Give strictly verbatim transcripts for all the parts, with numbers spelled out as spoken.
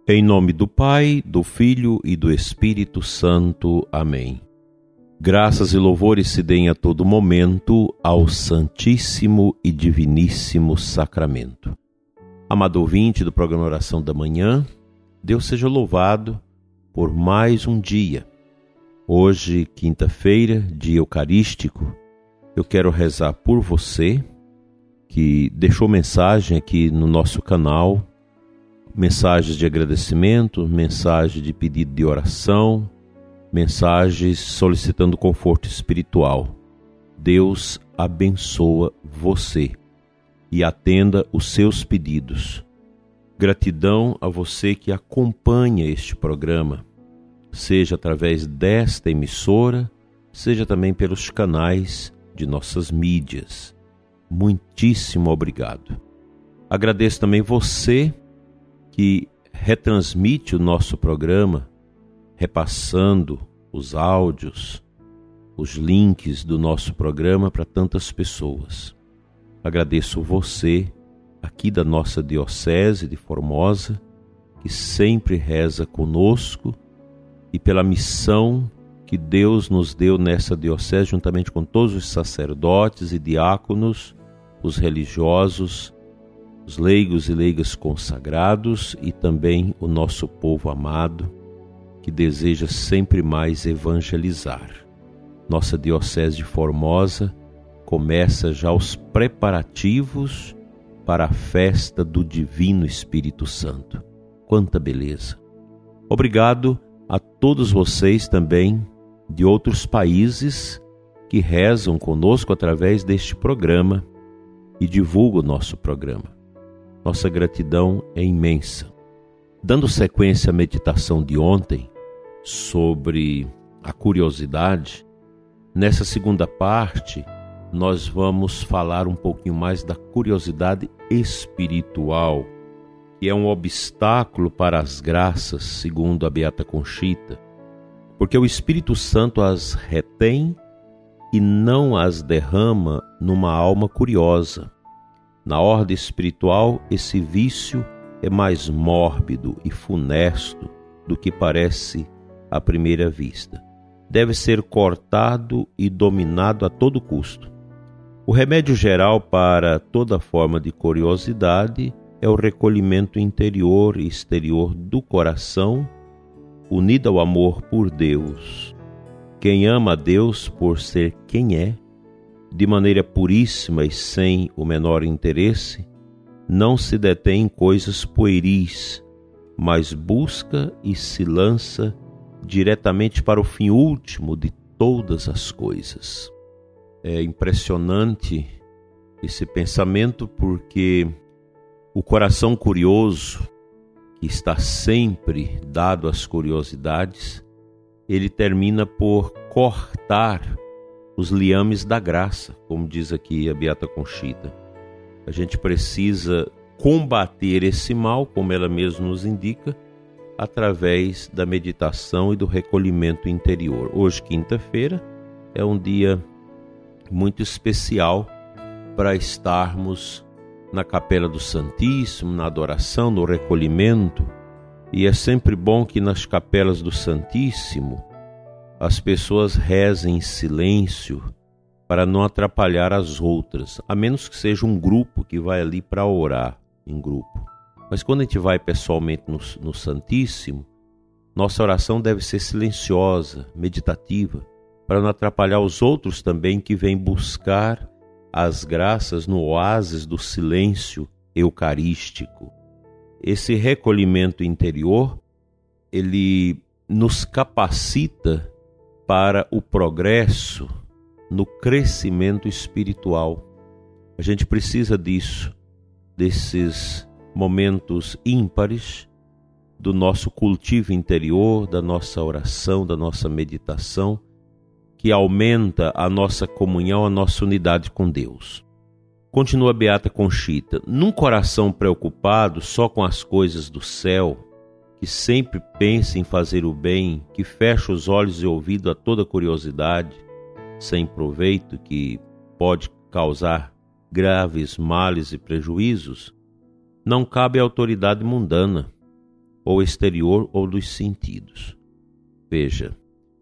Em nome do Pai, do Filho e do Espírito Santo. Amém. Graças e louvores se deem a todo momento ao Santíssimo e Diviníssimo Sacramento. Amado ouvinte do programa Oração da Manhã, Deus seja louvado por mais um dia. Hoje, quinta-feira, dia eucarístico, eu quero rezar por você que deixou mensagem aqui no nosso canal, mensagens de agradecimento, mensagem de pedido de oração, mensagens solicitando conforto espiritual. Deus abençoa você e atenda os seus pedidos. Gratidão a você que acompanha este programa, seja através desta emissora, seja também pelos canais de nossas mídias. Muitíssimo obrigado. Agradeço também você que retransmite o nosso programa, repassando os áudios, os links do nosso programa para tantas pessoas. Agradeço você, aqui da nossa Diocese de Formosa, que sempre reza conosco e pela missão que Deus nos deu nessa Diocese, juntamente com todos os sacerdotes e diáconos, os religiosos, os leigos e leigas consagrados e também o nosso povo amado, que deseja sempre mais evangelizar. Nossa Diocese de Formosa começa já os preparativos para a festa do Divino Espírito Santo. Quanta beleza! Obrigado a todos vocês também de outros países que rezam conosco através deste programa e divulgam o nosso programa. Nossa gratidão é imensa. Dando sequência à meditação de ontem sobre a curiosidade, nessa segunda parte nós vamos falar um pouquinho mais da curiosidade espiritual, que é um obstáculo para as graças, segundo a Beata Conchita, porque o Espírito Santo as retém e não as derrama numa alma curiosa. Na ordem espiritual, esse vício é mais mórbido e funesto do que parece à primeira vista. Deve ser cortado e dominado a todo custo. O remédio geral para toda forma de curiosidade é o recolhimento interior e exterior do coração, unido ao amor por Deus. Quem ama a Deus por ser quem é, de maneira puríssima e sem o menor interesse, não se detém em coisas pueris, mas busca e se lança diretamente para o fim último de todas as coisas. É impressionante esse pensamento, porque o coração curioso, que está sempre dado às curiosidades, ele termina por cortar os liames da graça, como diz aqui a Beata Conchita. A gente precisa combater esse mal, como ela mesma nos indica, através da meditação e do recolhimento interior. Hoje, quinta-feira, é um dia muito especial para estarmos na Capela do Santíssimo, na adoração, no recolhimento, e é sempre bom que nas capelas do Santíssimo as pessoas rezem em silêncio para não atrapalhar as outras, a menos que seja um grupo que vai ali para orar em grupo. Mas quando a gente vai pessoalmente no, no Santíssimo, nossa oração deve ser silenciosa, meditativa, para não atrapalhar os outros também que vêm buscar as graças no oásis do silêncio eucarístico. Esse recolhimento interior, ele nos capacita para o progresso no crescimento espiritual. A gente precisa disso, desses momentos ímpares do nosso cultivo interior, da nossa oração, da nossa meditação, que aumenta a nossa comunhão, a nossa unidade com Deus. Continua a Beata Conchita: num coração preocupado só com as coisas do céu, que sempre pensa em fazer o bem, que fecha os olhos e ouvido a toda curiosidade, sem proveito, que pode causar graves males e prejuízos, não cabe à autoridade mundana. ou exterior ou dos sentidos. Veja,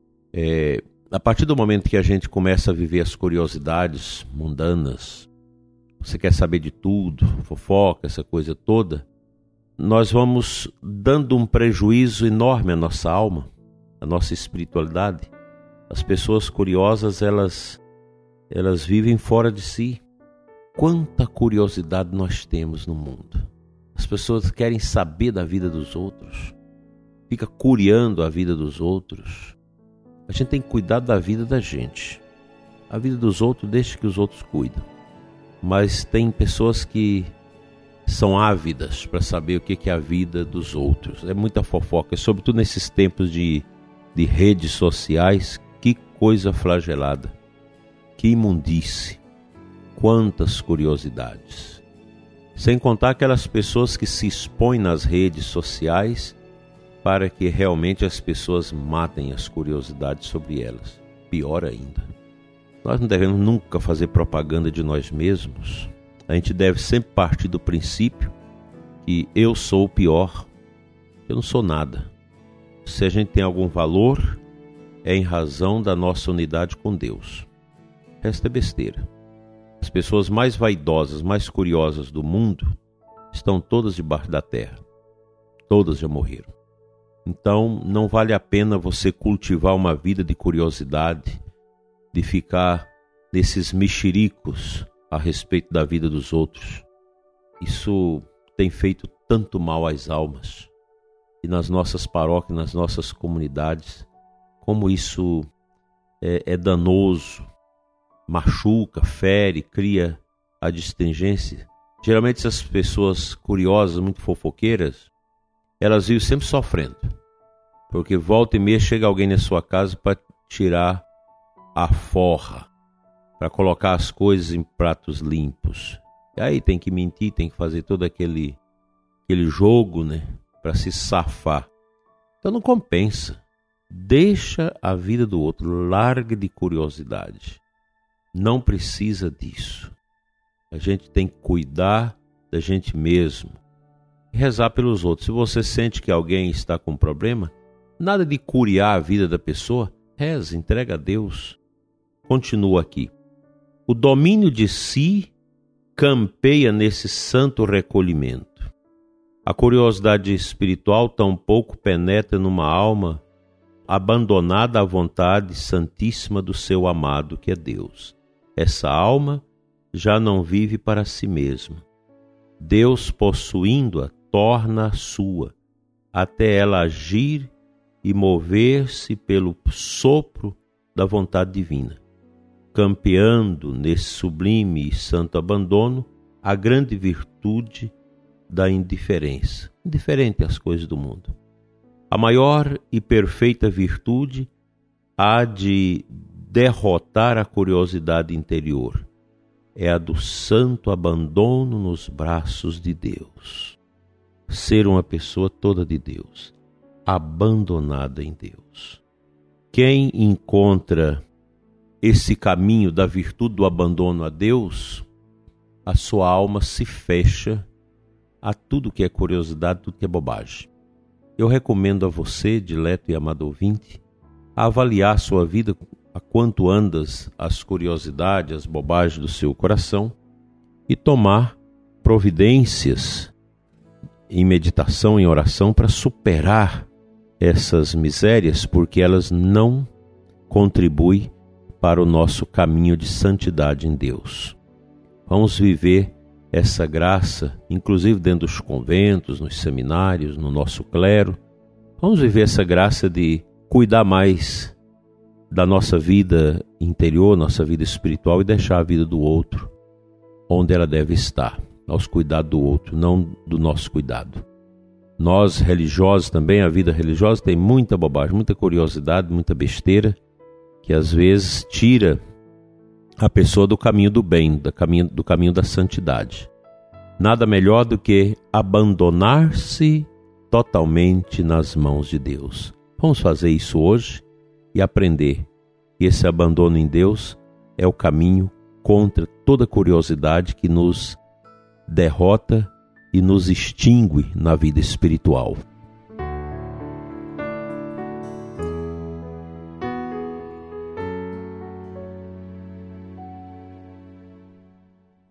é, a partir do momento que a gente começa a viver as curiosidades mundanas, você quer saber de tudo, fofoca, essa coisa toda, nós vamos dando um prejuízo enorme à nossa alma, à nossa espiritualidade. As pessoas curiosas, elas, elas vivem fora de si. Quanta curiosidade nós temos no mundo. As pessoas querem saber da vida dos outros, fica curiando a vida dos outros. A gente tem que cuidar da vida da gente. A vida dos outros, deixa que os outros cuidam. Mas tem pessoas que são ávidas para saber o que é a vida dos outros. É muita fofoca, sobretudo nesses tempos de, de redes sociais. Que coisa flagelada, que imundície, quantas curiosidades. Sem contar aquelas pessoas que se expõem nas redes sociais para que realmente as pessoas matem as curiosidades sobre elas. Pior ainda, nós não devemos nunca fazer propaganda de nós mesmos. A gente deve sempre partir do princípio que eu sou o pior, eu não sou nada. Se a gente tem algum valor, é em razão da nossa unidade com Deus. O resto é besteira. As pessoas mais vaidosas, mais curiosas do mundo estão todas debaixo da terra. Todas já morreram. Então, não vale a pena você cultivar uma vida de curiosidade, de ficar nesses mexericos a respeito da vida dos outros. Isso tem feito tanto mal às almas. E nas nossas paróquias, nas nossas comunidades, como isso é, é danoso, machuca, fere, cria a distingência. Geralmente essas pessoas curiosas, muito fofoqueiras, elas vivem sempre sofrendo, porque volta e meia chega alguém na sua casa para tirar a forra, para colocar as coisas em pratos limpos. E aí tem que mentir, tem que fazer todo aquele, aquele jogo, né, para se safar. Então não compensa. Deixa a vida do outro, largue de curiosidade. Não precisa disso. A gente tem que cuidar da gente mesmo. Rezar pelos outros. Se você sente que alguém está com problema, nada de curiar a vida da pessoa, reza, entrega a Deus. Continua aqui. O domínio de si campeia nesse santo recolhimento. A curiosidade espiritual tampouco penetra numa alma abandonada à vontade santíssima do seu amado, que é Deus. Essa alma já não vive para si mesma. Deus, possuindo-a, torna-a sua, até ela agir e mover-se pelo sopro da vontade divina, campeando nesse sublime e santo abandono a grande virtude da indiferença, indiferente às coisas do mundo. A maior e perfeita virtude há de derrotar a curiosidade interior. É a do santo abandono nos braços de Deus. Ser uma pessoa toda de Deus, abandonada em Deus. Quem encontra esse caminho da virtude do abandono a Deus, a sua alma se fecha a tudo que é curiosidade, tudo que é bobagem. Eu recomendo a você, dileto e amado ouvinte, a avaliar a sua vida, a quanto andas as curiosidades, as bobagens do seu coração e tomar providências em meditação, em oração, para superar essas misérias, porque elas não contribuem para o nosso caminho de santidade em Deus. Vamos viver essa graça, inclusive dentro dos conventos, nos seminários, no nosso clero. Vamos viver essa graça de cuidar mais da nossa vida interior, nossa vida espiritual, e deixar a vida do outro onde ela deve estar, aos cuidados do outro, não do nosso cuidado. Nós, religiosos também, a vida religiosa tem muita bobagem, muita curiosidade, muita besteira, que às vezes tira a pessoa do caminho do bem, do caminho, do caminho da santidade. Nada melhor do que abandonar-se totalmente nas mãos de Deus. Vamos fazer isso hoje e aprender que esse abandono em Deus é o caminho contra toda curiosidade que nos derrota e nos extingue na vida espiritual.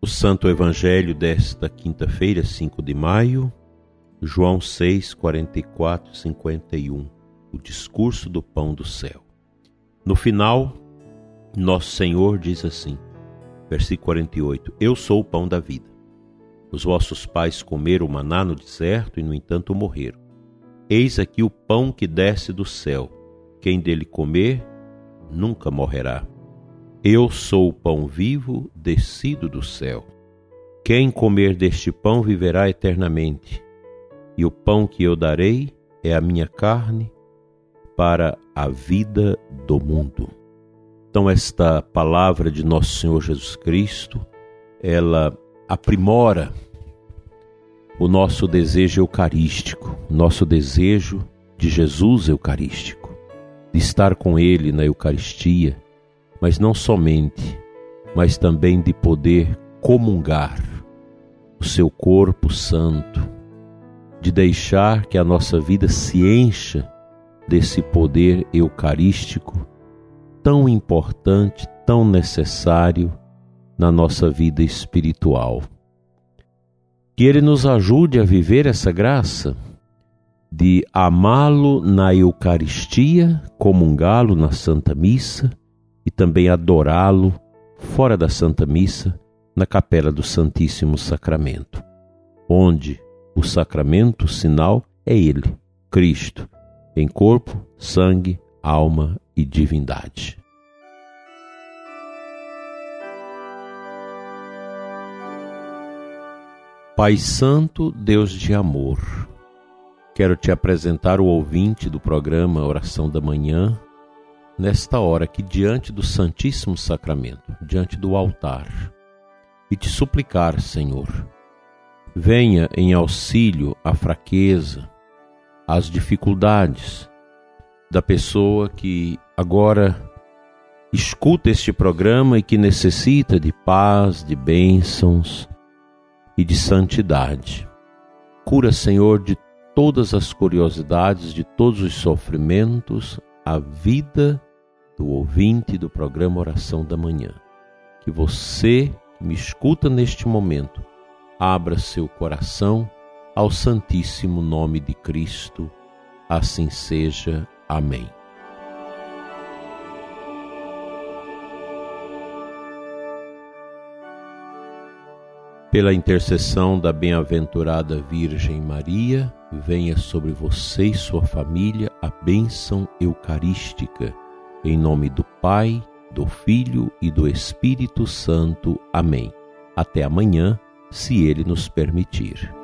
O Santo Evangelho desta quinta-feira, cinco de maio, João seis, quarenta e quatro, cinquenta e um, o discurso do pão do céu. No final, nosso Senhor diz assim, versículo quarenta e oito, Eu sou o pão da vida. Os vossos pais comeram o maná no deserto e, no entanto, morreram. Eis aqui o pão que desce do céu. Quem dele comer, nunca morrerá. Eu sou o pão vivo descido do céu. Quem comer deste pão viverá eternamente. E o pão que eu darei é a minha carne para a vida do mundo. Então esta palavra de nosso Senhor Jesus Cristo, ela aprimora o nosso desejo eucarístico, o nosso desejo de Jesus eucarístico, de estar com Ele na Eucaristia, mas não somente, mas também de poder comungar o seu corpo santo, de deixar que a nossa vida se encha desse poder eucarístico tão importante, tão necessário na nossa vida espiritual. Que Ele nos ajude a viver essa graça de amá-lo na Eucaristia, comungá-lo na Santa Missa e também adorá-lo fora da Santa Missa, na capela do Santíssimo Sacramento, onde o sacramento, o sinal, é Ele, Cristo, em corpo, sangue, alma e divindade. Pai Santo, Deus de amor, quero te apresentar o ouvinte do programa Oração da Manhã, nesta hora aqui diante do Santíssimo Sacramento, diante do altar, e te suplicar, Senhor, venha em auxílio à fraqueza, às dificuldades da pessoa que agora escuta este programa e que necessita de paz, de bênçãos e de santidade. Cura, Senhor, de todas as curiosidades, de todos os sofrimentos, a vida do ouvinte do programa Oração da Manhã. Que você que me escuta neste momento, abra seu coração ao Santíssimo Nome de Cristo. Assim seja. Amém. Pela intercessão da bem-aventurada Virgem Maria, venha sobre você e sua família a bênção eucarística. Em nome do Pai, do Filho e do Espírito Santo. Amém. Até amanhã, se Ele nos permitir.